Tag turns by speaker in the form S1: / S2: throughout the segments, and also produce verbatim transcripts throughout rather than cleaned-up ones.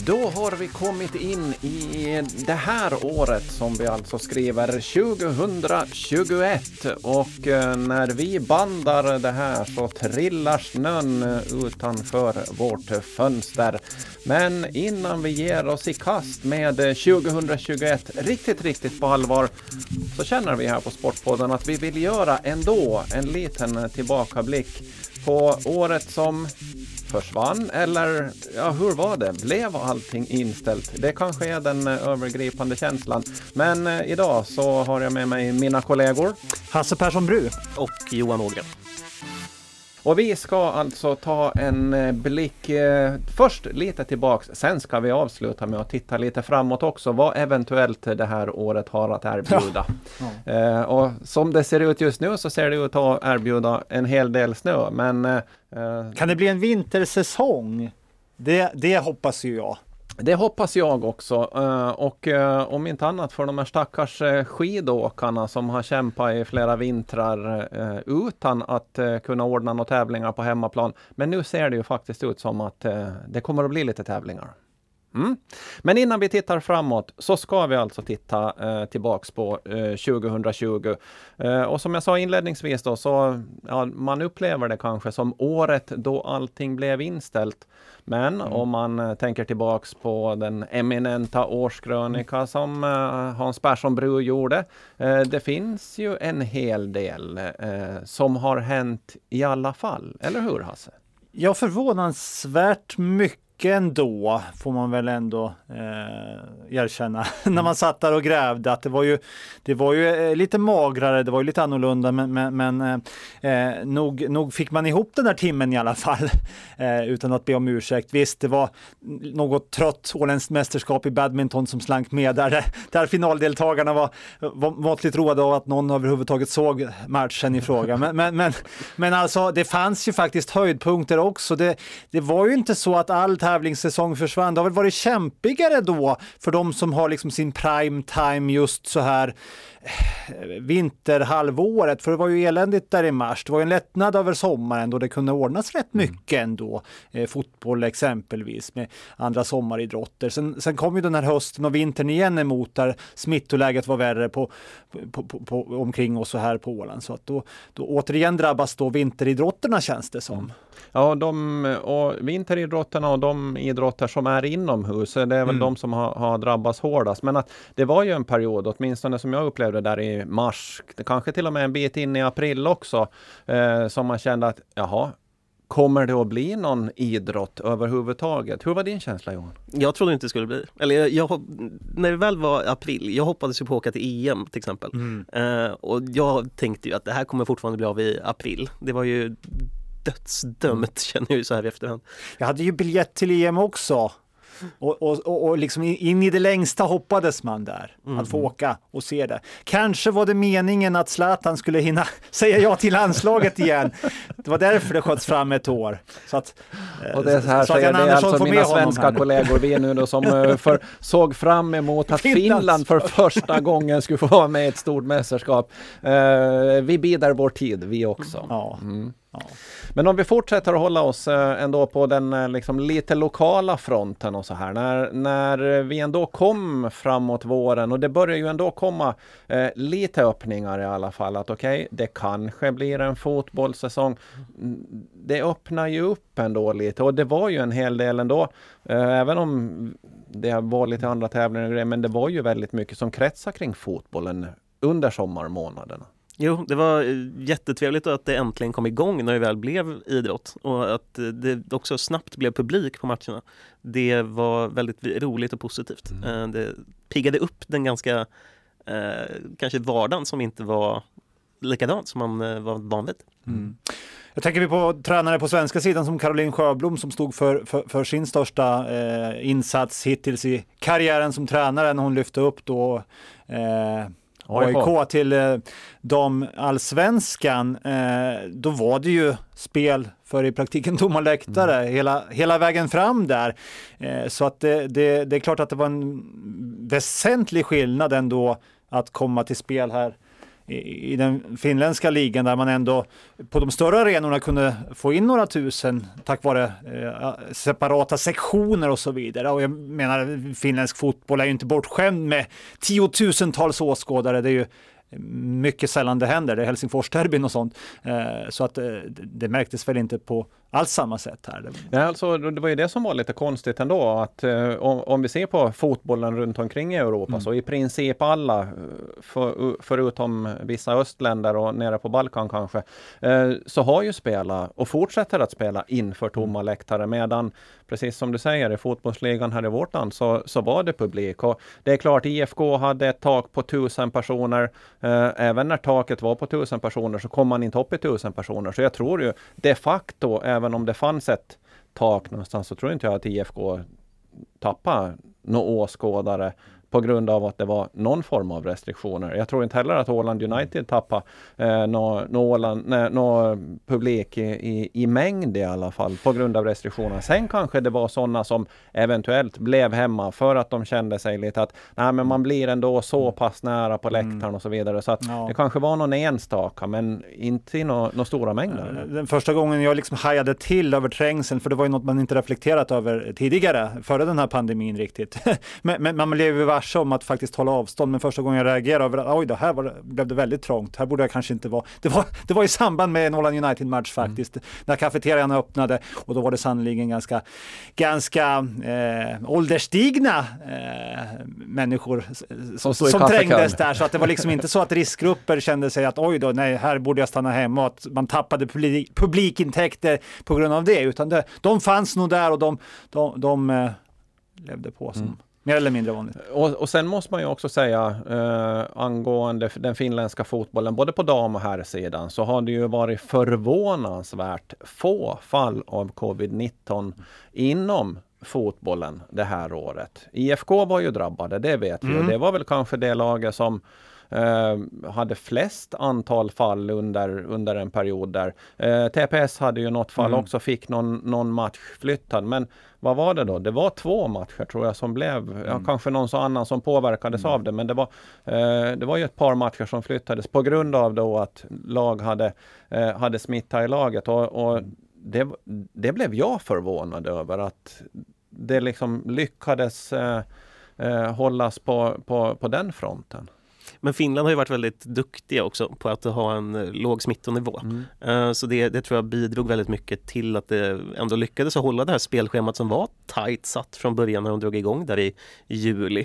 S1: Då har vi kommit in i det här året som vi alltså skriver tjugohundratjugoett, och när vi bandar det här så trillar snön utanför vårt fönster. Men innan vi ger oss i kast med tjugohundratjugoett riktigt, riktigt på allvar, så känner vi här på Sportpodden att vi vill göra ändå en liten tillbakablick på året som försvann, eller ja, hur var det? Blev allting inställt? Det kanske är den övergripande känslan. Men eh, idag så har jag med mig mina kollegor
S2: Hasse Persson Bru
S3: och Johan Ågren.
S1: Och vi ska alltså ta en blick eh, först lite tillbaks, sen ska vi avsluta med att titta lite framåt också, vad eventuellt det här året har att erbjuda. Ja. Ja. Eh, och som det ser ut just nu så ser det ut att erbjuda en hel del snö, men eh,
S2: kan det bli en vintersäsong? Det, det hoppas ju jag.
S1: Det hoppas jag också, och om inte annat för de här stackars skidåkarna som har kämpat i flera vintrar utan att kunna ordna några tävlingar på hemmaplan. Men nu ser det ju faktiskt ut som att det kommer att bli lite tävlingar. Mm. Men innan vi tittar framåt så ska vi alltså titta eh, tillbaks på eh, tjugohundratjugo. Eh, och som jag sa inledningsvis då, så ja, man upplever det kanske som året då allting blev inställt. Men mm. om man eh, tänker tillbaks på den eminenta årskrönika mm. som eh, Hans Persson Bru gjorde. Eh, det finns ju en hel del eh, som har hänt i alla fall. Eller hur, Hasse?
S2: Ja, förvånansvärt mycket ändå, får man väl ändå eh, erkänna. Mm. När man satt där och grävde att det var ju, det var ju eh, lite magrare, det var ju lite annorlunda, men, men, men eh, nog, nog fick man ihop den där timmen i alla fall eh, utan att be om ursäkt. Visst, det var något trött åländskt mästerskap i badminton som slank med där, där finaldeltagarna var, var måttligt roade av att någon överhuvudtaget såg matchen i fråga. Men, men, men, men alltså, det fanns ju faktiskt höjdpunkter också. Det, det var ju inte så att allt tävlingssäsong försvann. Det har väl varit kämpigare då för de som har liksom sin prime time just så här vinterhalvåret, för det var ju eländigt där i mars. Det var ju en lättnad över sommaren då det kunde ordnas rätt mycket ändå. Eh, fotboll exempelvis med andra sommaridrotter. Sen, sen kom ju den här hösten och vintern igen emot där smittoläget var värre på, på, på, på, omkring oss så här på Åland. Så att då, då återigen drabbas då vinteridrotterna, känns det som. Mm.
S1: Ja, de, och vinteridrotterna och de idrotter som är inomhus, det är väl mm. de som har, har drabbats hårdast. Men att det var ju en period, åtminstone som jag upplevde där i mars, kanske till och med en bit in i april också, eh, som man kände att, jaha, kommer det att bli någon idrott överhuvudtaget? Hur var din känsla, Johan?
S3: Jag trodde inte det skulle bli. Eller jag, jag, när det väl var april, jag hoppades ju på att åka till E M till exempel. Mm. Eh, och jag tänkte ju att det här kommer fortfarande bli av i april. Det var ju dödsdömt, känner jag ju så här i efterhand.
S2: Jag hade ju biljett till E M också. Och, och, och, och liksom in i det längsta hoppades man där mm. att få åka och se det. Kanske var det meningen att Zlatan skulle hinna säga ja till landslaget igen. Det var därför det sköts fram ett år. Så att,
S1: och det är så här så säger det alltså mina svenska kollegor vi nu då, som för, såg fram emot att Finland för första gången skulle få vara med i ett stort mästerskap. Uh, vi bidar vår tid, vi också.
S2: Ja.
S1: Mm. Ja. Men om vi fortsätter att hålla oss ändå på den liksom lite lokala fronten och så här, när, när vi ändå kom framåt våren, och det börjar ju ändå komma eh, lite öppningar i alla fall, att okej, okay, det kanske blir en fotbollssäsong. Det öppnar ju upp ändå lite, och det var ju en hel del ändå, eh, även om det var lite andra tävlingar och grejer, men det var ju väldigt mycket som kretsar kring fotbollen under sommarmånaderna.
S3: Jo, det var jättetrevligt att det äntligen kom igång när det väl blev idrott, och att det också snabbt blev publik på matcherna. Det var väldigt roligt och positivt. Mm. Det piggade upp den ganska eh, kanske vardagen som inte var likadant som man var van vid.
S2: Mm. Jag tänker vi på tränare på svenska sidan som Caroline Sjöblom, som stod för, för, för sin största eh, insats hittills i karriären som tränare när hon lyfte upp då eh, A I K till eh, damallsvenskan. Eh, då var det ju spel för i praktiken tomma läktare mm. hela, hela vägen fram där. Eh, så att det, det, det är klart att det var en väsentlig skillnad ändå att komma till spel här i, i den finländska ligan där man ändå på de större arenorna kunde få in några tusen tack vare eh, separata sektioner och så vidare. Och jag menar, finländsk fotboll är ju inte bortskämd med tiotusentals åskådare. Det är ju mycket sällan det händer. Det är Helsingfors-derbyn och sånt. Eh, så att eh, det märktes väl inte på alls samma sätt här.
S1: Ja, alltså, det var ju det som var lite konstigt ändå. Att, eh, om, om vi ser på fotbollen runt omkring i Europa mm. så i princip alla, för, förutom vissa östländer och nere på Balkan kanske, eh, så har ju spelat och fortsätter att spela inför tomma mm. läktare. Medan, precis som du säger, i fotbollsligan här i vårt land så, så var det publik. Och det är klart, I F K hade ett tak på tusen personer. Eh, även när taket var på tusen personer så kom man inte upp i tusen personer. Så jag tror ju de facto, även om det fanns ett tak någonstans, så tror inte jag att I F K tappade några åskådare på grund av att det var någon form av restriktioner. Jag tror inte heller att Åland United tappade eh, någon nå, nå publik i, i, i mängd i alla fall på grund av restriktioner. Sen kanske det var sådana som eventuellt blev hemma för att de kände sig lite att nej, men man blir ändå så pass nära på läktaren mm. och så vidare. Så att ja. det kanske var någon enstaka, men inte i några nå stora mängder.
S2: Den första gången jag liksom hajade till över trängseln, för det var ju något man inte reflekterat över tidigare, före den här pandemin riktigt. men, men man blev ju varse om att faktiskt hålla avstånd, men första gången jag reagerade över att oj, det här var det, blev det väldigt trångt. Här borde jag kanske inte vara. Det var, det var i samband med en Åland United-match faktiskt. Mm. När kafeterian öppnade, och då var det sannoliken ganska ganska eh, ålderstigna eh, människor som, som trängdes där. Så att det var liksom inte så att riskgrupper kände sig att oj då, nej, här borde jag stanna hemma, och att man tappade publik, publikintäkter på grund av det. Utan det, de fanns nog där och de, de, de eh, levde på som mm. mer eller mindre vanligt.
S1: Och, och sen måste man ju också säga eh, angående den finländska fotbollen, både på dam- och herrsidan, så har det ju varit förvånansvärt få fall av covid nitton inom fotbollen det här året. I F K var ju drabbade, det vet vi. Mm. Det var väl kanske det laget som eh, hade flest antal fall under, under en period där. Eh, T P S hade ju något fall mm. också, fick någon, någon match flyttad, men vad var det då? Det var två matcher tror jag som blev, mm. ja, kanske någon så annan som påverkades mm. av det, men det var, eh, det var ju ett par matcher som flyttades på grund av då att lag hade, eh, hade smitta i laget, och, och mm. det, det blev jag förvånad över, att det liksom lyckades eh, eh, hållas på, på, på den fronten.
S3: Men Finland har ju varit väldigt duktiga också på att ha en låg smittonivå. Mm. Så det, det tror jag bidrog väldigt mycket till att det ändå lyckades att hålla det här spelschemat som var tajt satt från början när de drog igång där i, i juli.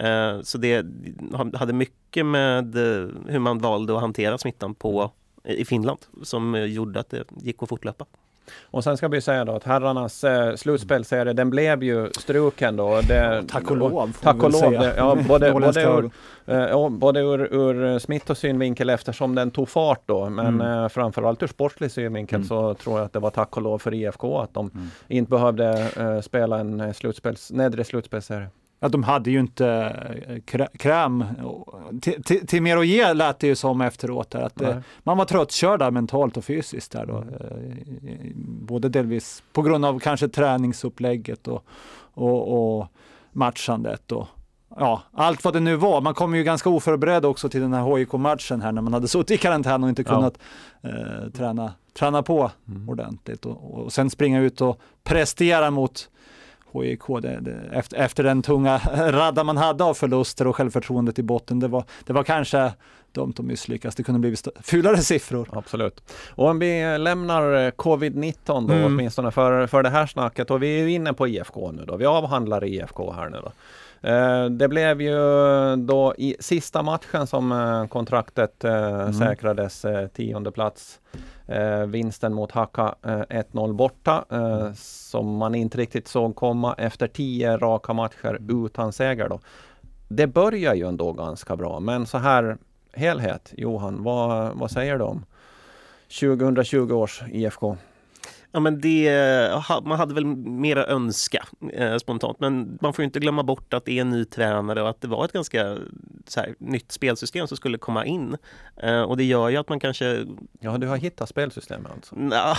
S3: Så det hade mycket med hur man valde att hantera smittan på, i Finland som gjorde att det gick att fortlöpa.
S1: Och sen ska vi säga då att herrarnas eh, slutspelserie, den blev ju struken då. Det,
S2: tack och lov.
S1: Tack och lov. Det, ja, både, både, ur, eh, både ur, ur smittosynvinkel eftersom den tog fart då. Men mm. eh, framförallt ur sportlig synvinkel mm. så tror jag att det var tack och lov för I F K att de mm. inte behövde eh, spela en slutspels, nedre slutspelserie.
S2: Ja, de hade ju inte krä- kräm till, till, till mer att ge, lät det ju som efteråt där, att det, man var tröttkörda mentalt och fysiskt där då, mm. både delvis på grund av kanske träningsupplägget och, och, och matchandet och ja, allt vad det nu var. Man kom ju ganska oförberedd också till den här H I K-matchen här när man hade suttit i karantän och inte kunnat ja. eh, träna, träna på mm. ordentligt och, och sen springa ut och prestera mot H I K, det, det, efter, efter den tunga radda man hade av förluster och självförtroendet i botten, det var, det var kanske dumt att misslyckas. Det kunde bli st- fulare siffror.
S1: Absolut. Och om vi lämnar covid nitton då, mm. åtminstone för, för det här snacket, och vi är ju inne på I F K nu då. Vi avhandlar I F K här nu då. Eh, det blev ju då i sista matchen som eh, kontraktet eh, mm. säkrades eh, tionde plats. Eh, vinsten mot Haka eh, ett noll borta eh, som man inte riktigt såg komma efter tio raka matcher utan seger då. Det börjar ju ändå ganska bra, men så här helhet, Johan, vad, vad säger du om tjugohundratjugo års I F K?
S3: Ja, men det, man hade väl mera önska eh, spontant, men man får ju inte glömma bort att det är en ny tränare och att det var ett ganska så här, nytt spelsystem som skulle komma in. Eh, och det gör ju att man kanske...
S1: Ja, du har hittat spelsystemet alltså?
S3: Ja,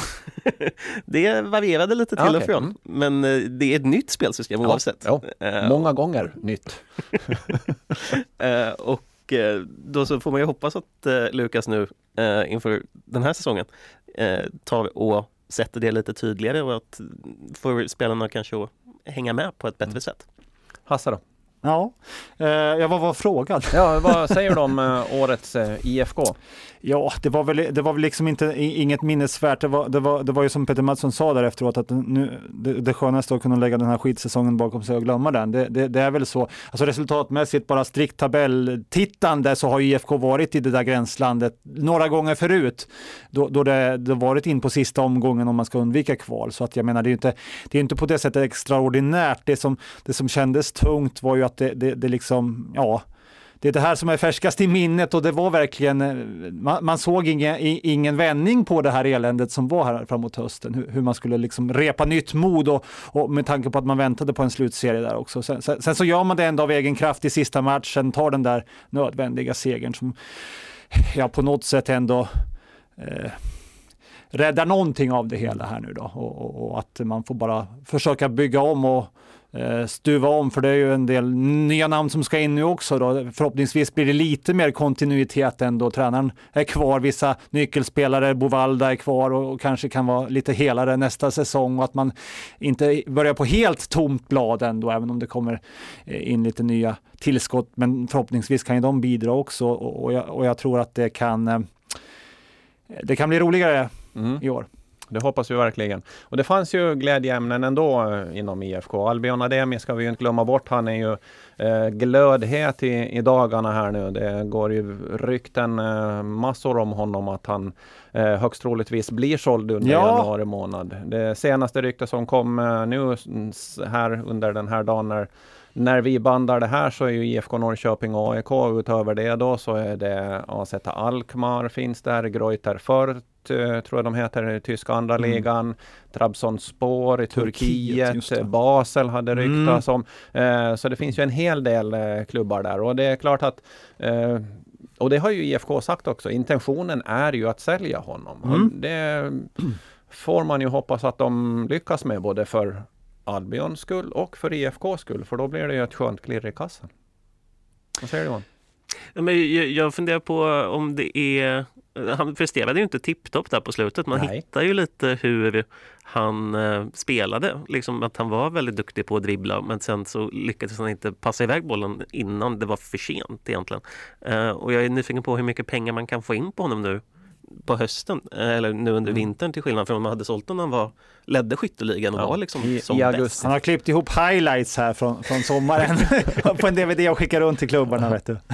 S3: det varierade lite till ah, okay. och från. Men eh, det är ett nytt spelsystem
S1: ja,
S3: oavsett.
S1: Ja. Eh, Många gånger nytt.
S3: eh, och Och eh, då så får man ju hoppas att eh, Lukas nu eh, inför den här säsongen eh, tar och sätter det lite tydligare och att får spelarna kanske hänga med på ett bättre mm. sätt.
S1: Hasse då?
S2: Ja, eh, jag var, var frågad.
S1: Ja, vad säger du om eh, årets eh, I F K?
S2: Ja, det var väl, det var väl liksom inte inget minnesvärt. Det var, det var, det var ju som Peter Mattsson sa där efteråt att nu, det, det skönaste att kunna lägga den här skitsäsongen bakom sig och glömma den. Det, det, det är väl så. Alltså resultatmässigt, bara strikt tabelltittande så har I F K varit i det där gränslandet några gånger förut. Då, då det, det varit in på sista omgången om man ska undvika kval. Så att jag menar, det är ju inte, det är inte på det sättet extraordinärt. Det som, det som kändes tungt var ju att det, det, det liksom, ja... Det är det här som är färskast i minnet och det var verkligen, man, man såg ingen, ingen vändning på det här eländet som var här framåt hösten. Hur, hur man skulle liksom repa nytt mod och, och med tanke på att man väntade på en slutserie där också. Sen, sen, sen så gör man det ändå av egen kraft i sista matchen, tar den där nödvändiga segern som ja, på något sätt ändå eh, räddar någonting av det hela här nu då. Och, och, och att man får bara försöka bygga om och stuva om, för det är ju en del nya namn som ska in nu också då. Förhoppningsvis blir det lite mer kontinuitet ändå. Tränaren är kvar, vissa nyckelspelare, Bovalda är kvar och, och kanske kan vara lite helare nästa säsong och att man inte börjar på helt tomt blad ändå, även om det kommer in lite nya tillskott, men förhoppningsvis kan ju de bidra också och, och, jag, och jag tror att det kan det kan bli roligare mm. i år.
S1: Det hoppas vi verkligen. Och det fanns ju glädjeämnen ändå inom I F K. Albion Ademi ska vi ju inte glömma bort. Han är ju eh, glödhet i, i dagarna här nu. Det går ju rykten eh, massor om honom att han eh, högst troligtvis blir såld under ja. januari månad. Det senaste ryktet som kom eh, nu här under den här dagen när När vi bandar det här så är ju I F K Norrköping och A I K. Utöver det då så är det A Z Alkmaar finns där, Greuther Fürth tror jag de heter i tyska andra mm. ligan, Trabzonspor i Turkiet, Turkiet Basel hade ryktats mm. om. Eh, så det finns ju en hel del eh, klubbar där och det är klart att eh, och det har ju I F K sagt också, intentionen är ju att sälja honom. Mm. Och det får man ju hoppas att de lyckas med både för Albions skull och för I F K:s skull, för då blir det ju ett skönt klirr i kassan. Vad säger du, Johan?
S3: Men jag, jag funderar på om det är... Han presterade ju inte tipptopp där på slutet. Man Nej. hittar ju lite hur han eh, spelade. Liksom att han var väldigt duktig på att dribbla, men sen så lyckades han inte passa iväg bollen innan det var för sent egentligen. Eh, och jag är nyfiken på hur mycket pengar man kan få in på honom nu på hösten, eller nu under vintern, till skillnad från om man hade sålt när han var ledde skytteligan och ja, var liksom
S1: i,
S3: som
S1: i
S3: bäst.
S2: Han har klippt ihop highlights här från, från sommaren på en D V D och skickar runt till klubbarna, vet du.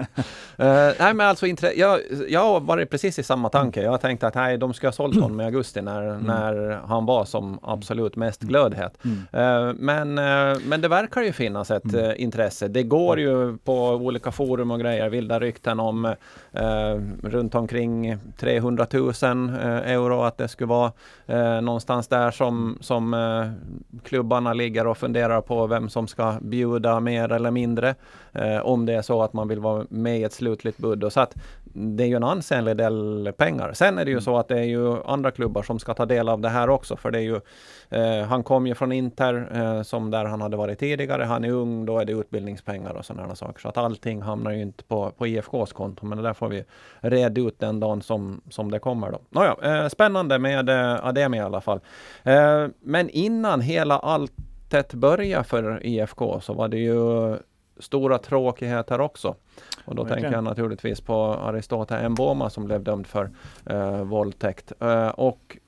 S1: Uh, nej men alltså jag, jag har varit precis i samma tanke. Jag tänkte att nej, de ska ha sålt honom i augusti när, mm. när han var som absolut mest glödhet. Mm. Uh, men, uh, men det verkar ju finnas ett mm. uh, intresse. Det går ju på olika forum och grejer, vilda rykten om uh, runt omkring trehundratusen uh, euro, att det skulle vara uh, någonstans där som, som uh, klubbarna ligger och funderar på vem som ska bjuda mer eller mindre. Uh, om det är så att man vill vara med i ett slutligt bud. Och så att det är ju en ansenlig del pengar. Sen är det ju mm. så att det är ju andra klubbar som ska ta del av det här också. För det är ju, eh, han kom ju från Inter eh, som där han hade varit tidigare. Han är ung, då är det utbildningspengar och sådana saker. Så att allting hamnar ju inte på, på I F K:s konto. Men det där får vi reda ut den dagen som, som det kommer då. Nåja, eh, spännande med eh, Ademi i alla fall. Eh, men innan hela alltet började för I F K så var det ju stora tråkigheter också. Och då Verkligen. tänker jag naturligtvis på Aristote Mboma som blev dömd för uh, våldtäkt. Uh, och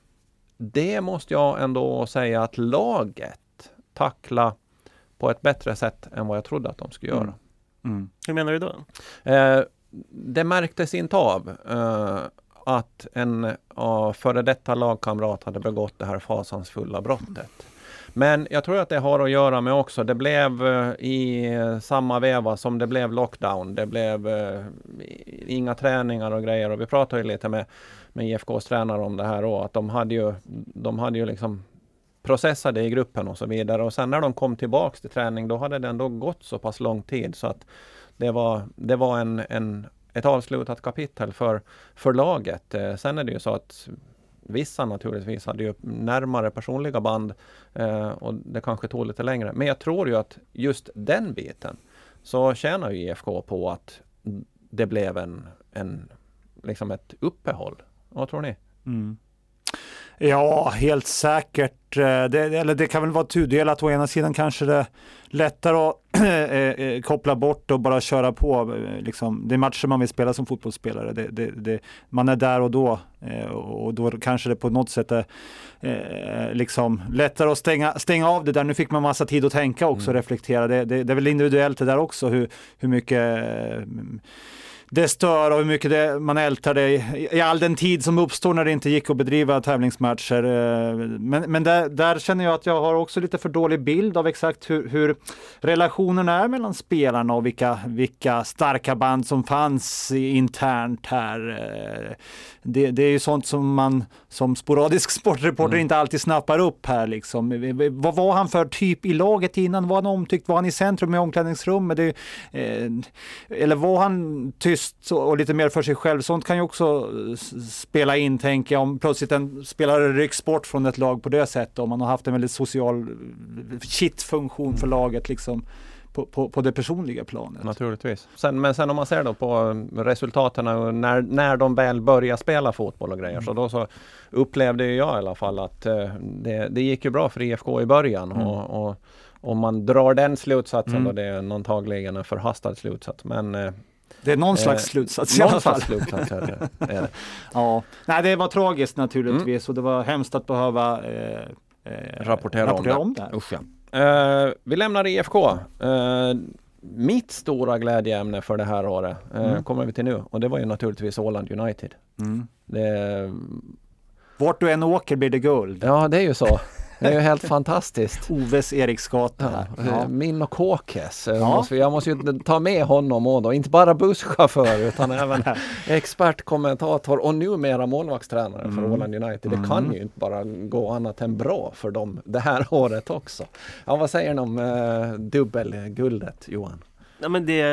S1: det måste jag ändå säga att laget tackla på ett bättre sätt än vad jag trodde att de skulle göra. Mm.
S3: Mm. Hur menar du då?
S1: Uh, det märktes inte av uh, att en uh, före detta lagkamrat hade begått det här fasansfulla brottet. Men jag tror att det har att göra med också, det blev uh, i samma veva som det blev lockdown. Det blev uh, inga träningar och grejer, och vi pratade ju lite med, med I F K:s tränare om det här och att de hade ju, de hade ju liksom processade i gruppen och så vidare. Och sen när de kom tillbaks till träning, då hade det ändå gått så pass lång tid så att det var, det var en, en, ett avslutat kapitel för, för laget. Uh, sen är det ju så att vissa naturligtvis hade ju närmare personliga band eh, och det kanske tog lite längre. Men jag tror ju att just den biten så tjänar ju I F K på att det blev en, en liksom ett uppehåll. Vad tror ni?
S2: Mm. Ja, helt säkert. Det, eller det kan väl vara tudelat. Å ena sidan kanske det är lättare att koppla bort och bara köra på. Liksom, det är matcher man vill spela som fotbollsspelare. Det, det, det, man är där och då. Och då kanske det på något sätt är liksom lättare att stänga, stänga av det där. Nu fick man massa tid att tänka också och mm. reflektera. Det, det, det är väl individuellt det där också. Hur, hur mycket... det stör och hur mycket det, man ältar det i, i all den tid som uppstår när det inte gick att bedriva tävlingsmatcher. Men, men där, där känner jag att jag har också lite för dålig bild av exakt hur, hur relationen är mellan spelarna och vilka, vilka starka band som fanns internt här. Det, det är ju sånt som man som sporadisk sportreporter mm. inte alltid snappar upp här. Liksom. Vad var han för typ i laget innan? Var han omtyckt? Var han i centrum i omklädningsrummet? Det, eh, eller var han tyst och lite mer för sig själv? Sånt kan ju också spela in, tänker jag, om plötsligt en spelare rycks bort från ett lag på det sättet, om man har haft en väldigt social shit-funktion för laget liksom. På, på, på det personliga planet.
S1: Naturligtvis. Sen, men sen om man ser då på resultaten när, när de väl börjar spela fotboll och grejer mm. så då så upplevde jag i alla fall att uh, det, det gick ju bra för I F K i början mm. och, och om man drar den slutsatsen mm. då det är antagligen en förhastad slutsats. Men uh,
S2: det är någon slags eh, slutsats i alla fall.
S1: Slutsats är det, är det.
S2: Ja, nej, det var tragiskt naturligtvis mm. och det var hemskt att behöva eh, eh,
S1: rapportera,
S2: rapportera om
S1: det.
S2: det.
S1: Usch, ja. Uh, vi lämnar I F K. Uh, mitt stora glädjeämne för det här året uh, mm. kommer vi till nu. Och det var ju naturligtvis Åland United. Mm. Det...
S2: Vart du än åker blir det guld.
S1: Ja, det är ju så. Det är ju helt fantastiskt.
S2: Oves Eriksgata.
S1: Ja, ja. Min och Kåkes. Ja. Jag, måste, jag måste ju ta med honom och då. Inte bara busschaufför utan även expertkommentator och numera målvaktstränare mm. för Åland United. Det mm. kan ju inte bara gå annat än bra för dem det här året också. Ja, vad säger ni om uh, dubbelguldet, Johan?
S3: Ja, men det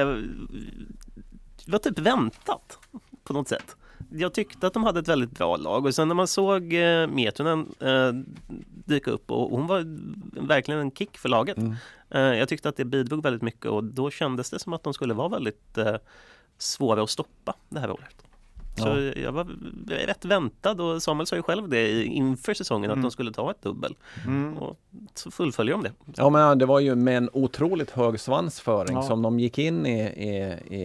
S3: var typ väntat på något sätt. Jag tyckte att de hade ett väldigt bra lag och sen när man såg eh, Mietunen eh, dyka upp och hon var verkligen en kick för laget. Mm. Eh, jag tyckte att det bidrog väldigt mycket och då kändes det som att de skulle vara väldigt eh, svåra att stoppa det här året. Så ja. Jag var rätt väntad och Samuel sa ju själv det inför säsongen mm. att de skulle ta ett dubbel. Mm. Och så fullföljer de det.
S1: Ja, men det var ju med en otroligt hög svansföring ja. som de gick in i, i,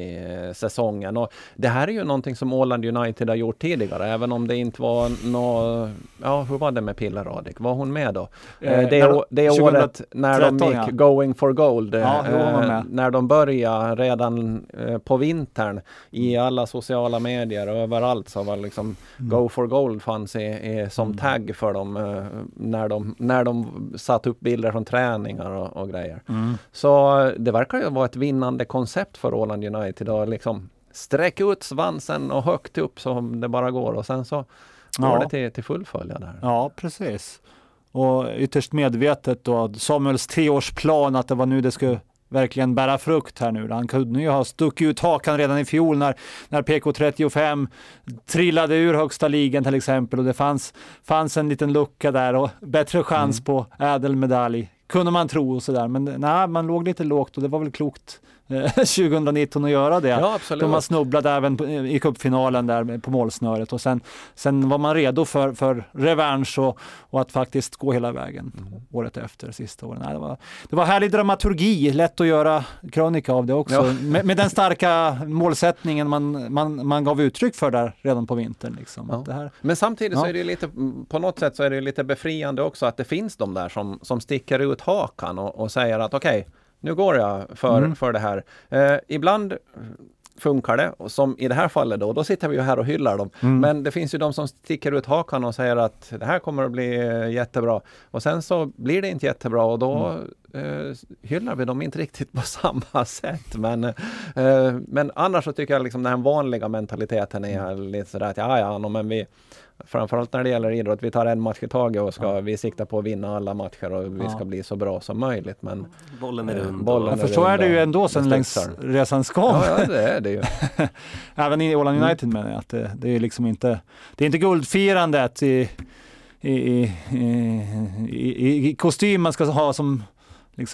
S1: i säsongen. Och det här är ju någonting som Åland United har gjort tidigare, även om det inte var nå... Ja, hur var det med Pille Radik? Var hon med då? Eh, det är, det är året när de gick ja. going for gold.
S2: Ja,
S1: eh, när de började redan eh, på vintern i alla sociala medier och överallt så var liksom mm. Go for Gold fanns i, i, som mm. tagg för dem eh, när, de, när de satt upp bilder från träningar och, och grejer. Mm. Så det verkar ju vara ett vinnande koncept för Åland United att liksom sträck ut svansen och högt upp så det bara går och sen så går ja. det till, till fullfölja där.
S2: Ja, precis. Och ytterst medvetet då Samuels treårsplan att det var nu det skulle verkligen bära frukt här nu. Han kunde ju ha stuckit ut hakan redan i fjol när, när P K trettiofem trillade ur högsta ligan till exempel och det fanns, fanns en liten lucka där och bättre chans mm. på ädelmedalj. Kunde man tro och sådär. Men nej, man låg lite lågt och det var väl klokt tjugonitton att göra det.
S1: Ja, absolut.
S2: De har snubblat även i cupfinalen där på målsnöret och sen, sen var man redo för, för revansch och, och att faktiskt gå hela vägen mm. året efter, sista året. Nej, det, var, det var härlig dramaturgi, lätt att göra krönika av det också. Ja. Med, med den starka målsättningen man, man, man gav uttryck för där redan på vintern. Liksom.
S1: Ja.
S2: Det här,
S1: Men samtidigt
S2: ja.
S1: så är det ju lite, på något sätt så är det lite befriande också att det finns de där som, som sticker ut hakan och, och säger att okej, okay, nu går jag för, mm. för det här. Eh, ibland funkar det, och som i det här fallet då, då sitter vi ju här och hyllar dem. Mm. Men det finns ju de som sticker ut hakan och säger att det här kommer att bli jättebra. Och sen så blir det inte jättebra och då mm. eh, hyllar vi dem inte riktigt på samma sätt. Men, eh, men annars så tycker jag liksom den vanliga mentaliteten är lite sådär att ja, ja, men vi framförallt när det gäller idrott, vi tar en match i taget och ska ja. vi sikta på att vinna alla matcher och vi ska ja. bli så bra som möjligt. Men
S3: bollen är rund.
S1: Bollen
S2: ja, för så är det ju ändå sen längs resans gång.
S1: Ja, ja, det är det ju.
S2: Även i Åland United mm. menar jag att det, det är liksom inte, det är inte guldfirandet i, i, i, i, i, i kostym man ska ha som liksom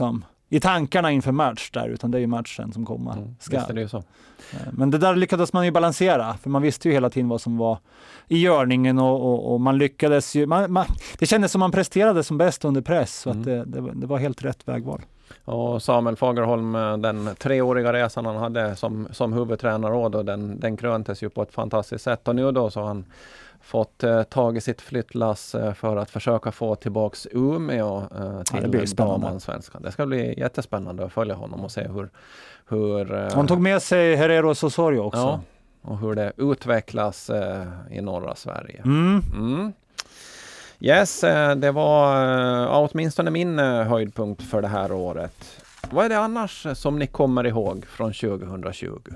S2: i tankarna inför match där, utan det är ju matchen som kommer.
S1: Mm,
S2: ska.
S1: visst är det ju så.
S2: Men det där lyckades man ju balansera, för man visste ju hela tiden vad som var i görningen och, och, och man lyckades ju, man, man, det kändes som man presterade som bäst under press, så
S1: Mm.
S2: att det, det, det var helt rätt vägval.
S1: Och Samuel Fagerholm, den treåriga resan han hade som, som huvudtränare och då, den, den kröntes ju på ett fantastiskt sätt. Och nu då så har han fått eh, tag i sitt flyttlass eh, för att försöka få tillbaks Umeå eh, till
S2: ja,
S1: damallsvenskan. Det ska bli jättespännande att följa honom och se hur... hur eh,
S2: han tog med sig Herrero Osorio också.
S1: Ja, och hur det utvecklas eh, i norra Sverige.
S2: Mm.
S1: Mm. Yes, eh, det var eh, åtminstone min eh, höjdpunkt för det här året. Vad är det annars som ni kommer ihåg från tjugohundratjugo?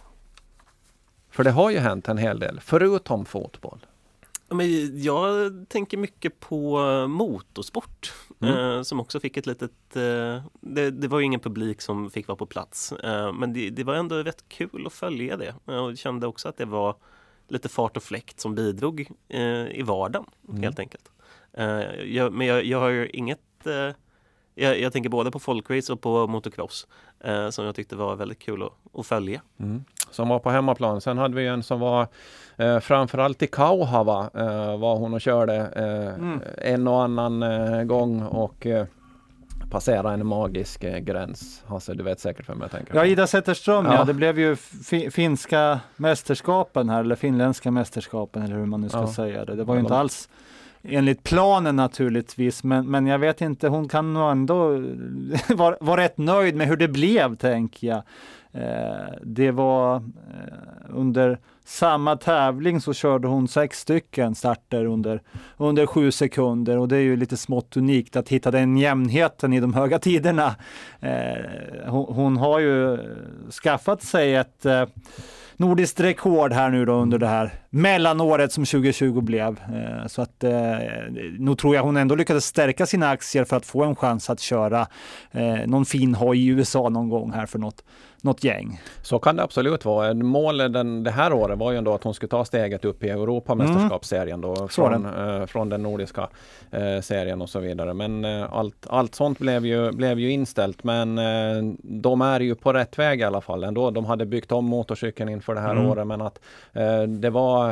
S1: För det har ju hänt en hel del, förutom fotboll.
S3: Men jag tänker mycket på motorsport mm. eh, som också fick ett litet... Eh, det, det var ju ingen publik som fick vara på plats, eh, men det, det var ändå rätt kul att följa det. Jag kände också att det var lite fart och fläkt som bidrog eh, i vardagen, mm. helt enkelt. Eh, jag, men jag, jag har ju inget... Eh, jag, jag tänker både på folkrace och på motocross eh, som jag tyckte var väldigt kul att, att följa.
S1: Mm. Som var på hemmaplan. Sen hade vi en som var eh, framförallt i Kauhava eh, var hon och körde eh, mm. en och annan eh, gång och eh, passera en magisk eh, gräns. Hasse, du vet säkert vem jag tänker på.
S2: Ja, Ida Zetterström, ja.
S1: Ja.
S2: ja. Det blev ju fi- finska mästerskapen här, eller finländska mästerskapen, eller hur man nu ska
S1: Ja.
S2: säga det. Det var ju
S1: Ja,
S2: inte
S1: de...
S2: alls enligt planen naturligtvis, men, men jag vet inte, hon kan nog ändå vara var rätt nöjd med hur det blev, tänker jag. Eh, det var eh, under samma tävling så körde hon sex stycken starter under, under sju sekunder, och det är ju lite smått unikt att hitta den jämnheten i de höga tiderna. Eh, hon, hon har ju skaffat sig ett eh, nordiskt rekord här nu då under det här mellanåret som tjugohundratjugo blev. Eh, så att eh, nog tror jag hon ändå lyckades stärka sina aktier för att få en chans att köra eh, någon fin hoj i U S A någon gång här för något, något gäng.
S1: Så kan det absolut vara. Målet den, det här året var ju ändå att hon skulle ta steget upp i Europamästerskapsserien då, från, eh, från den nordiska eh, serien och så vidare. Men eh, allt, allt sånt blev ju, blev ju inställt. Men eh, de är ju på rätt väg i alla fall ändå. De hade byggt om motorcykeln inför det här
S2: Mm.
S1: året, men att eh, det var...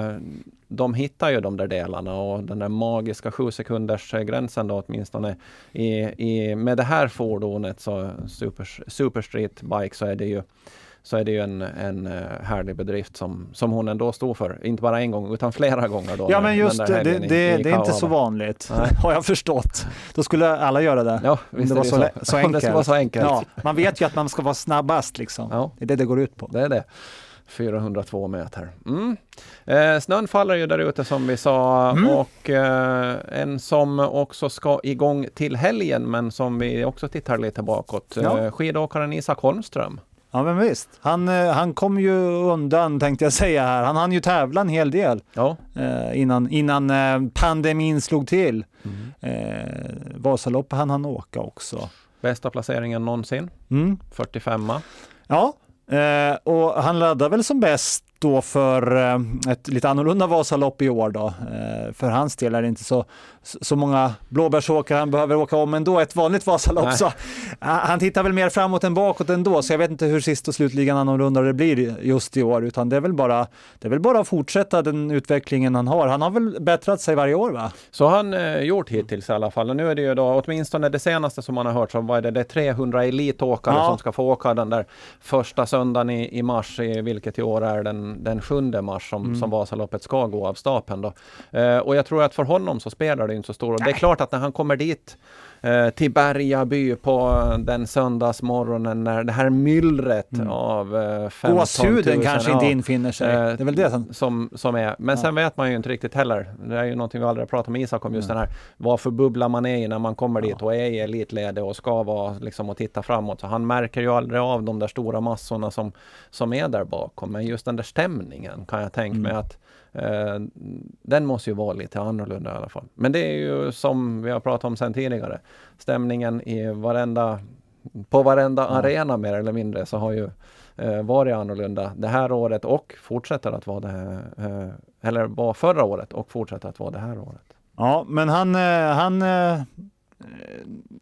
S1: De hittar ju de där delarna och den där magiska sju sekunders gränsen då åtminstone i, i, med det här fordonet så super, super street bike så är det ju, så är det ju en, en härlig bedrift som, som hon ändå stod för. Inte bara en gång utan flera gånger då.
S2: Ja, men just det, det,
S1: i,
S2: det,
S1: i
S2: det är inte så vanligt. Nej. Har jag förstått. Då skulle alla göra det.
S1: Ja, visst
S2: det
S1: är
S2: var
S1: det
S2: så,
S1: så.
S2: så enkelt.
S1: Det ska vara så enkelt.
S2: Ja, man vet ju att man ska vara snabbast liksom.
S1: Ja.
S2: Det är det det går ut på.
S1: Det är det. fyrahundratvå meter. Mm. Eh, snön faller ju där ute som vi sa
S2: Mm.
S1: och eh, en som också ska igång till helgen men som vi också tittar lite bakåt.
S2: Ja.
S1: Eh, skidåkaren Isak Holmström.
S2: Ja, men visst. Han, han kom ju undan, tänkte jag säga här. Han hann ju tävla en hel del
S1: Ja.
S2: eh, innan, innan eh, pandemin slog till.
S1: Mm.
S2: Eh, Vasaloppet hann han åka också.
S1: Bästa placeringen någonsin.
S2: Mm.
S1: fyrtiofem.
S2: Ja, eh, och han laddar väl som bäst då för eh, ett lite annorlunda Vasalopp i år då. Eh, för hans del är det inte så, så många blåbärsåkare han behöver åka om ändå ett vanligt Vasalopp.
S1: Nej.
S2: Så, uh, han tittar väl mer framåt än bakåt ändå, så jag vet inte hur sist och slutligen annorlunda det blir just i år, utan det är väl bara, det är väl bara att fortsätta den utvecklingen han har. Han har väl bättrat sig varje år, va?
S1: Så har han eh, gjort hittills i alla fall. Och nu är det ju då åtminstone det senaste som man har hört, så var det, det är trehundra elitåkare
S2: Ja.
S1: som ska få åka den där första söndagen i, i mars, i, vilket i år är den, den sjunde mars som,
S2: Mm.
S1: som Vasaloppet ska gå av stapeln då. Eh, och jag tror att för honom så spelar det inte så stor. Och det är klart att när han kommer dit eh, till Bergaby på den söndagsmorgonen när det här myllret
S2: Mm.
S1: av eh, femton tusen,
S2: Gåshuden kanske
S1: ja,
S2: inte infinner sig.
S1: eh,
S2: Det är väl det som...
S1: som, som är. Men
S2: Ja.
S1: sen vet man ju inte riktigt heller. Det är ju någonting vi aldrig har pratat med Isak om, just
S2: Mm.
S1: den här varför bubblar man är i när man kommer
S2: Ja.
S1: dit och är i elitlede och ska vara liksom och titta framåt. Så han märker ju aldrig av de där stora massorna som, som är där bakom. Men just den där stämningen kan jag tänka
S2: Mm.
S1: mig att eh, den måste ju vara lite annorlunda i alla fall. Men det är ju som vi har pratat om sen tidigare. Stämningen i varenda, på varenda
S2: Ja.
S1: arena mer eller mindre så har ju eh, varit annorlunda det här året och fortsätter att vara det här, eh, eller var förra året och fortsätter att vara det här året.
S2: Ja, men han, eh, han eh,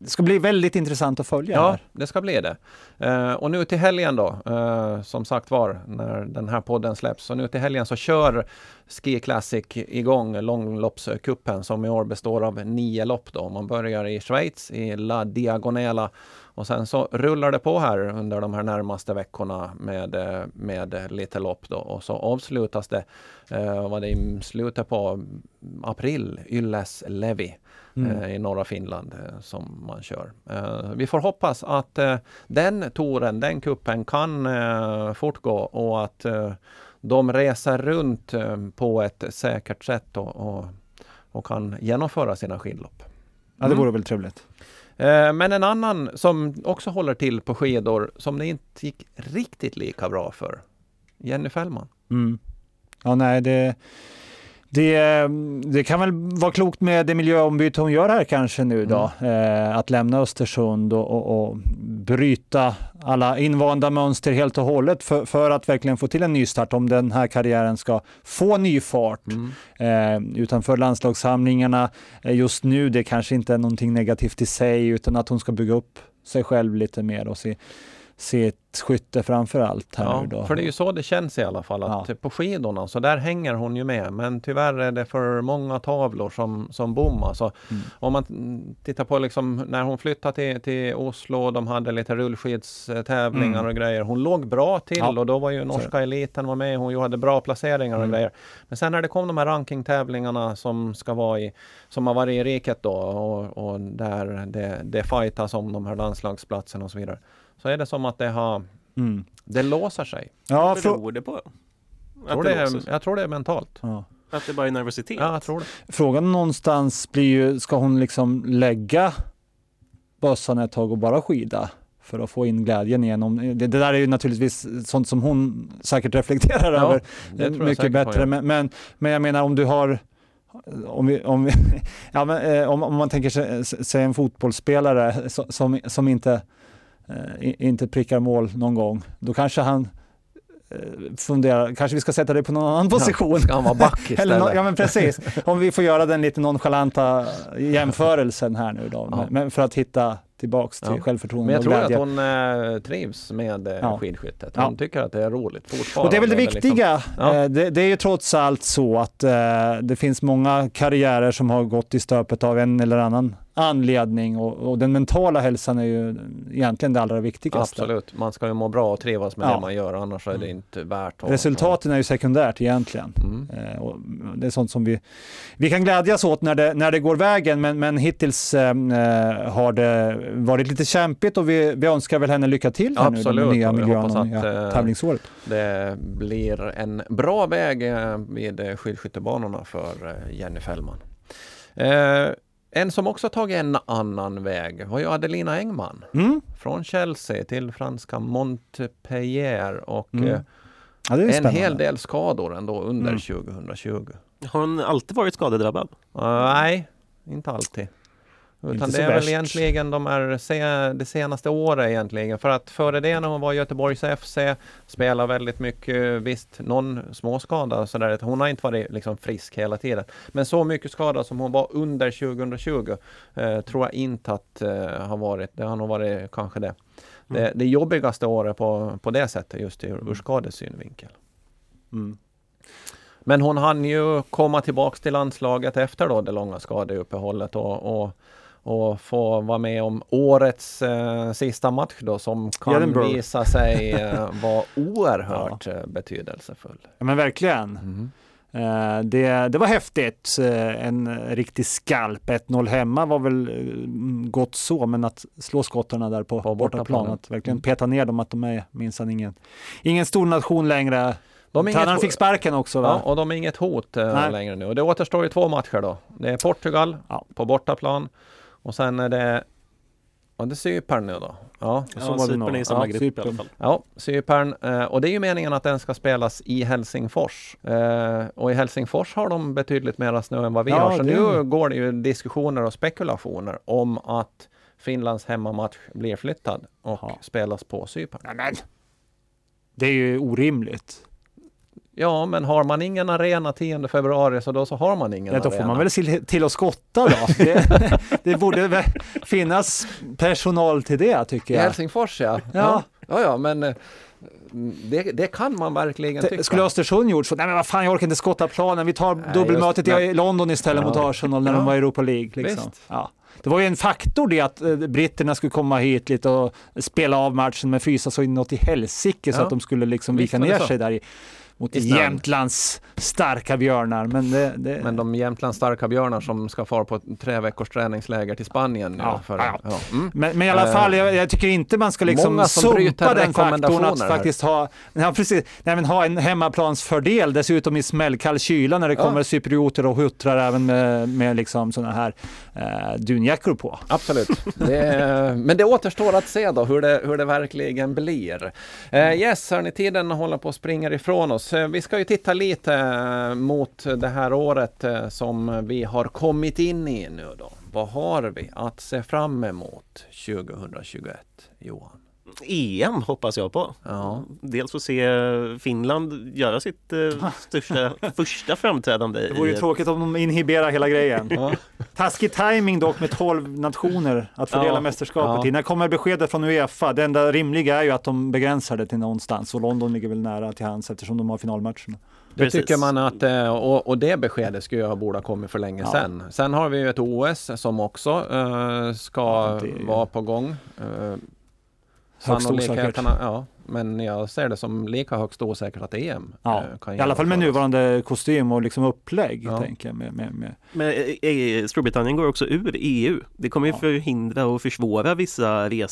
S2: det ska bli väldigt intressant att följa.
S1: Ja,
S2: här.
S1: det ska bli det. Uh, och nu till helgen då, uh, som sagt var, när den här podden släpps. Så nu till helgen så kör Ski Classic igång långloppskuppen som i år består av nio lopp då. Man börjar i Schweiz, i La Diagonela. Och sen så rullar det på här under de här närmaste veckorna med, med lite lopp då. Och så avslutas det, uh, vad det är i slutet på april, Ylles Levi. Mm. i norra Finland eh, som man kör. Eh, vi får hoppas att eh, den touren, den kuppen kan eh, fortgå och att eh, de reser runt eh, på ett säkert sätt och, och, och kan genomföra sina skidlopp.
S2: Ja, det vore mm. väl trevligt.
S1: Eh, men en annan som också håller till på skidor som det inte gick riktigt lika bra för, Jenny Fällman.
S2: Mm. Ja, nej, det Det, det kan väl vara klokt med det miljöombyte hon gör här kanske nu då. Mm. Eh, att lämna Östersund och, och, och bryta alla invanda mönster helt och hållet för, för att verkligen få till en ny start om den här karriären ska få ny fart. Mm. Eh, utanför landslagssamlingarna eh, just nu, det kanske inte är någonting negativt i sig utan att hon ska bygga upp sig själv lite mer och se sitt skytte framför allt här
S1: ja,
S2: nu då.
S1: För det är ju så det känns i alla fall att ja. på skidorna så där hänger hon ju med, men tyvärr är det för många tavlor som, som bommar. Så mm. om man tittar på liksom när hon flyttade till, till Oslo, de hade lite rullskidstävlingar mm. och grejer. Hon låg bra till ja. och då var ju norska så. eliten var med, hon hade bra placeringar mm. och grejer. Men sen när det kom de här rankingtävlingarna som ska vara i, som har varit i riket då och, och där det, det fightas om de här landslagsplatserna och så vidare. Så är det som att det har mm. det låser sig.
S3: Ja, vad beror det på?
S1: Jag tror det, är, jag tror det är mentalt.
S3: Ja. Att det bara är nervositet?
S1: Ja, jag tror det.
S2: Frågan någonstans blir ju, ska hon liksom lägga bössan ett tag och bara skida för att få in glädjen igen? Om, det, det där är ju naturligtvis sånt som hon säkert reflekterar ja, över det tror mycket jag bättre. Men, men, men jag menar om du har om, vi, om, vi, ja, men, om, om man tänker sig, sig en fotbollsspelare som, som inte inte prickar mål någon gång, då kanske han eh, funderar, kanske vi ska sätta det på någon annan position. Ja,
S1: ska han vara back istället?
S2: Eller no, ja men precis, om vi får göra den lite nonchalanta jämförelsen här nu då, ja. men, men för att hitta tillbaks till ja. självförtroende.
S1: Men jag tror
S2: glädje.
S1: att hon eh, trivs med eh, ja. skidskyttet. Hon ja. tycker att det är roligt fortfarande.
S2: Och det är väl det viktiga.
S1: Liksom, ja.
S2: eh, det, det är ju trots allt så att eh, det finns många karriärer som har gått i stöpet av en eller annan anledning och, och den mentala hälsan är ju egentligen det allra viktigaste.
S1: Absolut, man ska ju må bra och trivas med
S2: ja.
S1: det man gör, annars är det inte värt att...
S2: Resultaten är ju sekundärt egentligen. Mm. Eh, och det är sånt som vi, vi kan glädjas åt när det, när det går vägen, men, men hittills eh, har det varit lite kämpigt och vi, vi önskar väl henne lycka till här
S1: Absolut,
S2: nu, den nya miljön och
S1: att,
S2: nya tävlingsåret.
S1: Det blir en bra väg vid skidskyttebanorna för Jenny Fällman. Eh, En som också tagit en annan väg var ju Adelina Engman. Mm. Från Chelsea till franska Montpellier och mm. ja, en spännande. hel del skador ändå under mm. tjugohundratjugo.
S3: Har hon alltid varit skadedrabbad?
S1: Uh, nej, inte alltid. Utan det är väl egentligen de är se, det senaste året egentligen. För att före det när hon var i Göteborgs F C spelar väldigt mycket, visst någon småskada så där. Hon har inte varit liksom frisk hela tiden. Men så mycket skada som hon var under tjugohundratjugo eh, tror jag inte att eh, har varit. Det har nog varit kanske det. Mm. Det, det jobbigaste året på, på det sättet just ur, ur skadesynvinkel. Mm. Men hon hann ju komma tillbaka till landslaget efter då det långa skadeuppehållet och, och och få vara med om årets eh, sista match då som kan Edinburgh. visa sig eh, vara oerhört ja. betydelsefull.
S2: Ja men verkligen. Mm. Eh, det, det var häftigt. Eh, en riktig skalp. ett noll hemma var väl eh, gott så, men att slå skottarna där på, på bortaplan, att verkligen mm. peta ner dem att de är minsann ingen, ingen stor nation längre. Tränaren fick sparken också va?
S1: Ja, och de är inget hot eh, längre nu. Och det återstår ju två matcher då. Det är Portugal ja. på bortaplan. Och sen är det, och det är Cypern nu då. Ja,
S3: ja så var Cypern är i samma
S1: ja,
S3: grupp i alla fall.
S1: Ja, Cypern. Eh, och det är ju meningen att den ska spelas i Helsingfors. Eh, och i Helsingfors har de betydligt mer snö än vad vi ja, har. Så det... nu går det ju diskussioner och spekulationer om att Finlands hemmamatch blir flyttad och ja. spelas på Cypern.
S2: Amen. Det är ju orimligt.
S1: Ja, men har man ingen arena tionde februari så då så har man ingen
S2: ja, då
S1: arena.
S2: får man väl till, till att skotta då. Det, det borde väl finnas personal till det, tycker
S1: I
S2: jag.
S1: Helsingfors, ja.
S2: Ja.
S1: Ja, ja, ja men eh, det, det kan man verkligen tycka.
S2: Skulle Östersund gjort så? Nej men vad fan, jag orkar inte skotta planen. Vi tar
S1: Nej,
S2: dubbelmötet
S1: just,
S2: i London istället
S1: ja.
S2: mot Arsenal när
S1: Ja.
S2: de var i Europa League. Liksom.
S1: Visst.
S2: Ja. Det var ju en faktor det att eh, britterna skulle komma hit lite och spela av matchen med fysa så inåt i helsike så
S1: Ja.
S2: att de skulle liksom
S1: Visst
S2: vika
S1: var det
S2: ner
S1: så.
S2: sig där i, mot
S1: I snön.
S2: Jämtlands starka björnar. Men, det, det...
S1: Men de Jämtlands starka björnar som ska fara på tre veckors träningsläger till Spanien.
S2: Ja,
S1: för,
S2: ja.
S1: Ja. Mm.
S2: Men, men i alla fall, jag, jag tycker inte man ska liksom
S1: Många som bryter
S2: sumpa den faktorn att
S1: rekommendationer här.
S2: faktiskt ha, ja, precis, nej, men ha en hemmaplansfördel dessutom i smällkall kyla när det
S1: Ja.
S2: kommer cyprioter och huttrar även med, med liksom såna här eh, dunjackor på.
S1: Absolut. Det, men det återstår att se då hur det, hur det verkligen blir. Eh, yes, hörni, tiden håller på att springa ifrån oss. Eh, vi ska ju titta lite eh, mot det här året eh, som vi har kommit in i nu då. Vad har vi att se fram emot tjugohundratjugoett, Johan?
S3: E M hoppas jag på.
S1: Ja.
S3: Dels att se Finland göra sitt eh, största, första framträdande.
S2: Det vore ju
S3: i
S2: tråkigt om de inhiberar hela grejen.
S1: Ja.
S2: Taskig timing dock med tolv nationer att fördela
S3: Ja.
S2: mästerskapet
S1: Ja.
S2: i. När kommer beskedet från UEFA? Det enda rimliga är ju att de begränsar det till någonstans och London ligger väl nära till hands eftersom de har finalmatcherna.
S1: Det
S3: Precis.
S1: tycker man att, eh, och, och det beskedet skulle jag borde ha kommit för länge
S2: Ja.
S1: sedan. Sen har vi ju ett O S som också eh, ska
S2: Ja, det är-
S1: vara på gång. Eh,
S2: Högst
S1: Sannolikheterna, ja, men jag ser det som lika högst osäkert att E M
S2: Ja,
S1: eh, kan
S2: i alla fall med
S1: genomföras.
S2: nuvarande kostym och liksom upplägg,
S1: Ja.
S2: tänker jag. Med, med, med.
S3: Men eh, eh, Storbritannien går också ur E U. Det kommer ju
S2: Ja.
S3: förhindra och försvåra vissa
S2: Ja.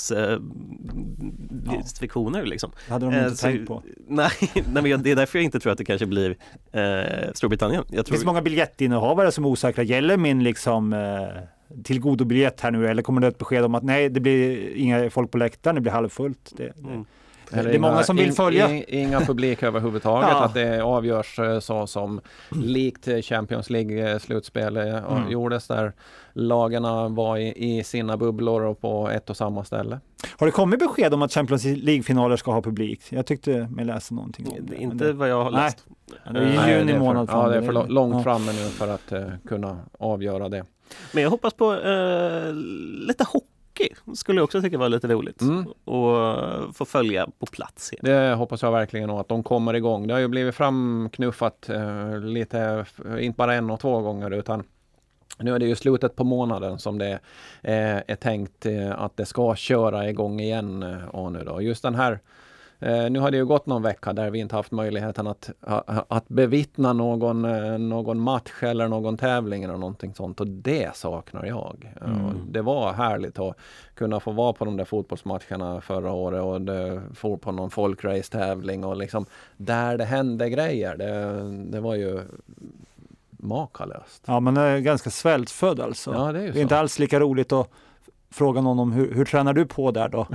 S3: reserestriktioner liksom.
S2: Det hade de
S3: Eh,
S2: inte
S3: så-
S2: tänkt på.
S3: Nej, nej men jag, det är därför jag inte tror att det kanske blir eh, Storbritannien. Jag
S2: Det
S3: tror
S2: finns många biljettinnehavare som är osäkra. Gäller min liksom eh, tillgodobiljett här nu eller kommer det ett besked om att nej, det blir inga folk på läktaren, det blir halvfullt. Det,
S3: Mm.
S1: Eller
S2: det är många
S1: inga-
S2: som vill
S1: in-
S2: följa.
S1: in- Inga publik överhuvudtaget,
S2: Ja.
S1: att det avgörs eh, så som likt Champions League-slutspel eh,
S2: Mm.
S1: gjordes där lagarna var i, i sina bubblor och på ett och samma ställe.
S2: Har det kommit besked om att Champions League-finaler ska ha publik? Jag tyckte mig läsa någonting om
S3: Det
S2: det.
S3: är
S2: men
S3: inte
S2: det,
S3: vad jag har
S2: Nej.
S3: läst.
S2: det är ju
S1: Nej,
S2: juni
S1: det är för-
S2: månad
S1: Ja, det är för
S2: fram.
S1: lo- långt
S2: Ja.
S1: framme nu för att eh, kunna avgöra det.
S3: Men jag hoppas på eh, lite hockey. Skulle jag också tycka var lite roligt.
S1: Mm.
S3: Och få följa på plats igen.
S1: Det hoppas jag verkligen att de kommer igång. Det har ju blivit framknuffat eh, lite, inte bara en och två gånger utan nu är det ju slutet på månaden som det eh, är tänkt eh, att det ska köra igång igen. Eh, och nu då. Just den här, eh, nu har det ju gått någon vecka där vi inte haft möjligheten att, ha, att bevittna någon, eh, någon match eller någon tävling eller någonting sånt och det saknar jag.
S2: Mm.
S1: Och det var härligt att kunna få vara på de där fotbollsmatcherna förra året och det får på någon folkrace-tävling och liksom där det hände grejer. Det, det var ju makalöst.
S2: Ja, man är ganska svältfödd alltså.
S1: Ja, det är ju
S2: Det är
S1: så.
S2: inte alls lika roligt att fråga någon om hur, hur tränar du på där då?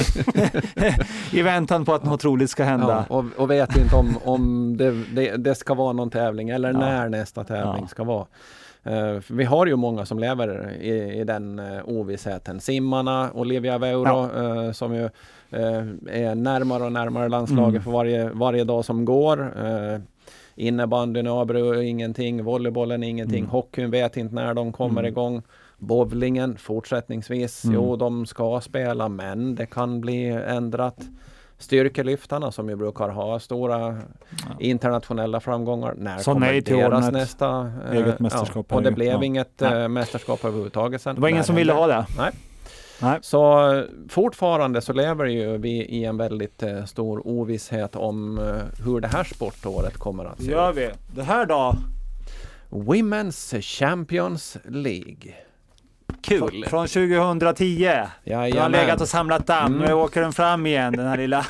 S2: I väntan på att något roligt ska hända.
S1: Ja, och, och vet inte om, om det, det, det ska vara någon tävling eller
S2: Ja.
S1: när nästa tävling
S2: Ja.
S1: ska vara. Uh, vi har ju många som lever i, i den uh, ovissheten. Simmarna, Olivia Veuro
S2: Ja.
S1: uh, som ju uh, är närmare och närmare landslaget
S2: Mm.
S1: för varje, varje dag som går. Uh, innebandyn avbröt ingenting, volleybollen ingenting,
S2: Mm.
S1: hockeyn vet inte när de kommer
S2: Mm.
S1: igång. Bowlingen fortsättningsvis,
S2: Mm.
S1: jo de ska spela men det kan bli ändrat. Styrkelyftarna som ju brukar ha stora internationella framgångar. När
S2: Så
S1: kommer
S2: nej till
S1: deras
S2: ordnat
S1: nästa
S2: eget mästerskap
S1: Ja, och
S2: här
S1: det
S2: ju.
S1: blev
S2: Ja.
S1: inget
S2: Nej.
S1: äh, mästerskap överhuvudtaget sen.
S2: Det var ingen
S1: När
S2: som ville
S1: hände?
S2: ha det.
S1: Nej.
S2: Nej.
S1: Så eh, fortfarande så lever ju vi i en väldigt eh, stor ovisshet om eh, hur det här sportåret kommer att se
S2: Gör
S1: ut.
S2: vi. Det här då?
S1: Women's Champions League.
S3: Kul!
S2: Från tjugohundratio. Du har
S1: Jajamän.
S2: legat och samlat damm.
S1: Mm.
S2: Nu åker den fram igen, den här lilla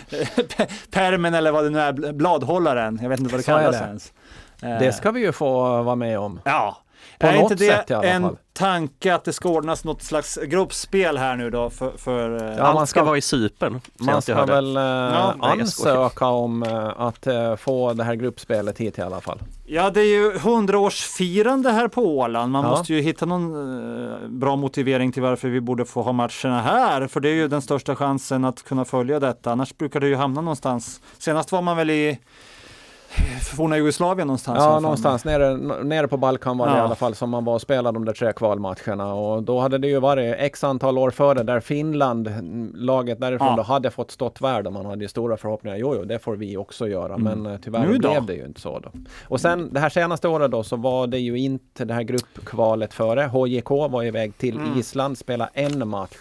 S2: permen eller vad det nu är, bl- bladhållaren. Jag vet inte vad det
S1: Så är
S2: kallas
S1: det.
S2: ens.
S1: Det ska vi ju få vara med om.
S2: Ja.
S1: På
S2: är
S1: något
S2: inte det
S1: sätt i alla
S2: en
S1: fall.
S2: tanke att det ska ordnas något slags gruppspel här nu då för, för eh,
S1: Ja,
S3: Allt
S1: man
S3: ska
S1: ska-
S3: vara i Cypern.
S1: Man
S3: senast jag
S1: ska
S3: hörde.
S1: väl eh,
S2: Ja,
S3: nej, jag skojar.
S1: ansöka om eh, att eh, få det här gruppspelet hit i alla fall.
S2: Ja, det är ju hundraårsfirande här på Åland. Man
S1: Ja.
S2: måste ju hitta någon eh, bra motivering till varför vi borde få ha matcherna här. För det är ju den största chansen att kunna följa detta. Annars brukar det ju hamna någonstans. Senast var man väl i forna Jugoslavien någonstans.
S1: Ja, någonstans nere, nere på Balkan var det
S2: ja.
S1: i alla fall som man var och spelade de där tre kvalmatcherna. Och då hade det ju varit x antal år före där Finland, laget därifrån, ja. då hade fått stått värd och man hade ju stora förhoppningar. Jo, jo, det får vi också göra. Mm. Men tyvärr nu blev det ju inte så då. Och sen det här senaste året då så var det ju inte det här gruppkvalet före. H J K var iväg till mm. Island, spela en match.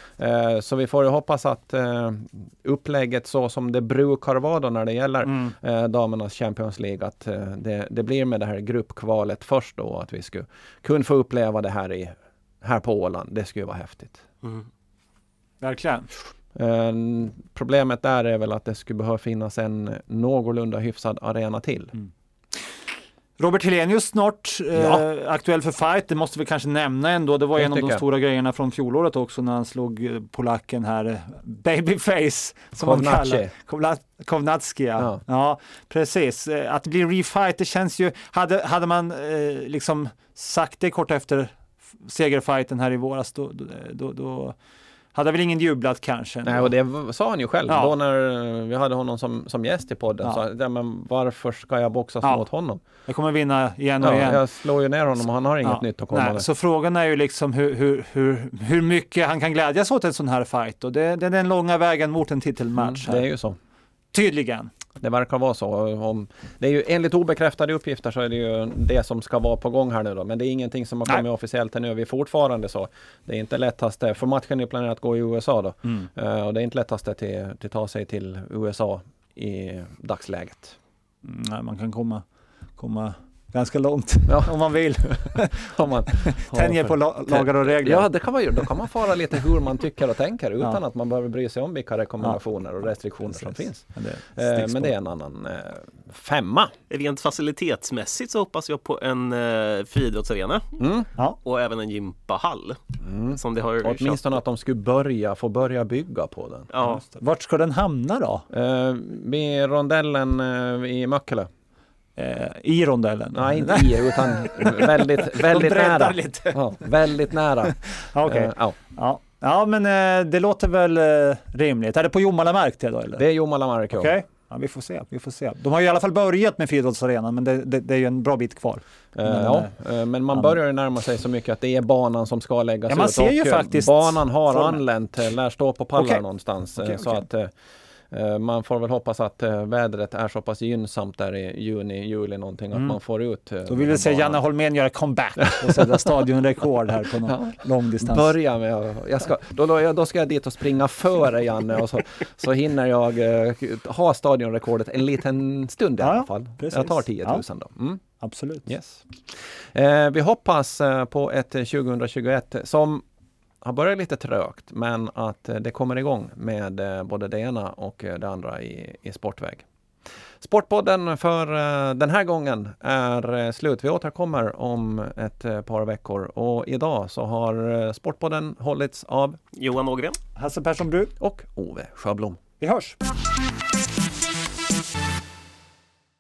S1: Så vi får ju hoppas att uh, upplägget så som det brukar vara då när det gäller mm. uh, damernas Champions League, att uh, det, det blir med det här gruppkvalet först då, att vi skulle kunna få uppleva det här, i, här på Åland. Det skulle vara häftigt.
S2: Mm. Verkligen.
S1: Uh, problemet där är väl att det skulle behöva finnas en någorlunda hyfsad arena till. Mm.
S2: Robert Helenius snart
S1: ja.
S2: eh, aktuell för fight, det måste vi kanske nämna ändå. Det var det en av de jag. stora grejerna från fjolåret också när han slog polacken här, Babyface som man kallar Kovnatski. Ja. Ja. ja, precis. Att det blir refight, det känns ju, hade, hade man eh, liksom sagt det kort efter segerfighten här i våras, då, då, då, då hade väl ingen jublat kanske.
S1: Nej, och det sa han ju själv ja. då när vi hade honom som, som gäst i podden. Ja. Så, ja, men varför ska jag boxas ja. mot honom?
S2: Jag kommer vinna igen och
S1: ja,
S2: igen.
S1: Jag slår ju ner honom och han har inget ja. nytt att komma
S2: Nej,
S1: med.
S2: Så frågan är ju liksom hur, hur, hur, hur mycket han kan glädjas åt en sån här fight. Och det, det är den långa vägen mot en titelmatch.
S1: Mm, det är ju så.
S2: Tydligen.
S1: Det verkar vara så. Om, det är ju enligt obekräftade uppgifter så är det ju det som ska vara på gång här nu då. Men det är ingenting som har kommit Nej. officiellt ännu. Vi är fortfarande så. Det är inte lättast, för matchen är planerat att gå i U S A då. Mm. Uh, och det är inte lättast att till, till ta sig till U S A i dagsläget.
S2: Mm, nej, man kan komma, komma ganska långt ja. om man vill.
S1: om man
S2: tänjer på la- lagar och regler.
S1: Ja, det kan man ju. Då kan man fara lite hur man tycker och tänker utan ja. att man behöver bry sig om vilka rekommendationer ja. och restriktioner Precis. som finns. Ja, det eh, men det är en annan eh, femma.
S3: Rent facilitetsmässigt så hoppas jag på en eh, friidrottsarena mm. ja. och även en gympahall. Mm. Som det har
S1: åtminstone att de skulle börja, få börja bygga på den.
S2: Ja. Vart ska den hamna då?
S1: Eh, vid rondellen eh, i Möckele.
S2: I rondellen?
S1: Nej, inte i, utan väldigt, väldigt nära.
S2: Lite.
S1: Ja, väldigt nära.
S2: Okay. Uh, ja. Ja. ja, men uh, det låter väl uh, rimligt. Är det på Jomalamark det då? Eller?
S1: Det är Jomalamark,
S2: ja. Okay. Ja, vi får se, vi får se. De har ju i alla fall börjat med friidrottsarenan, men det, det, det är ju en bra bit kvar.
S1: Uh, men, ja, uh, men man börjar ju närma sig så mycket att det är banan som ska läggas
S2: ja, man
S1: ut.
S2: Ser ju
S1: och
S2: faktiskt
S1: banan har formen. anlänt, lär stå på pallar okay. någonstans.
S2: Okay,
S1: så
S2: okay.
S1: att... Uh, man får väl hoppas att uh, vädret är så pass gynnsamt där i juni, juli någonting mm. att man får ut uh,
S2: Då vill vi se Janne Holmén göra comeback och sätta stadionrekord här på någon ja. lång distans.
S1: Börja med jag ska, då, då, då ska jag dit och springa före Janne och så, så hinner jag uh, ha stadionrekordet en liten stund i ja, alla fall. Precis. Jag tar tio tusen ja. då. Mm.
S2: Absolut.
S1: Yes. Uh, vi hoppas uh, på ett tjugohundratjugoett som har börjat lite trögt, men att det kommer igång med både det ena och det andra i, i sportväg. Sportpodden för den här gången är slut. Vi återkommer om ett par veckor och idag så har Sportpodden hållits av
S3: Johan Ågren,
S2: Hasse Persson Bruk
S1: och Ove Sjöblom.
S2: Vi hörs!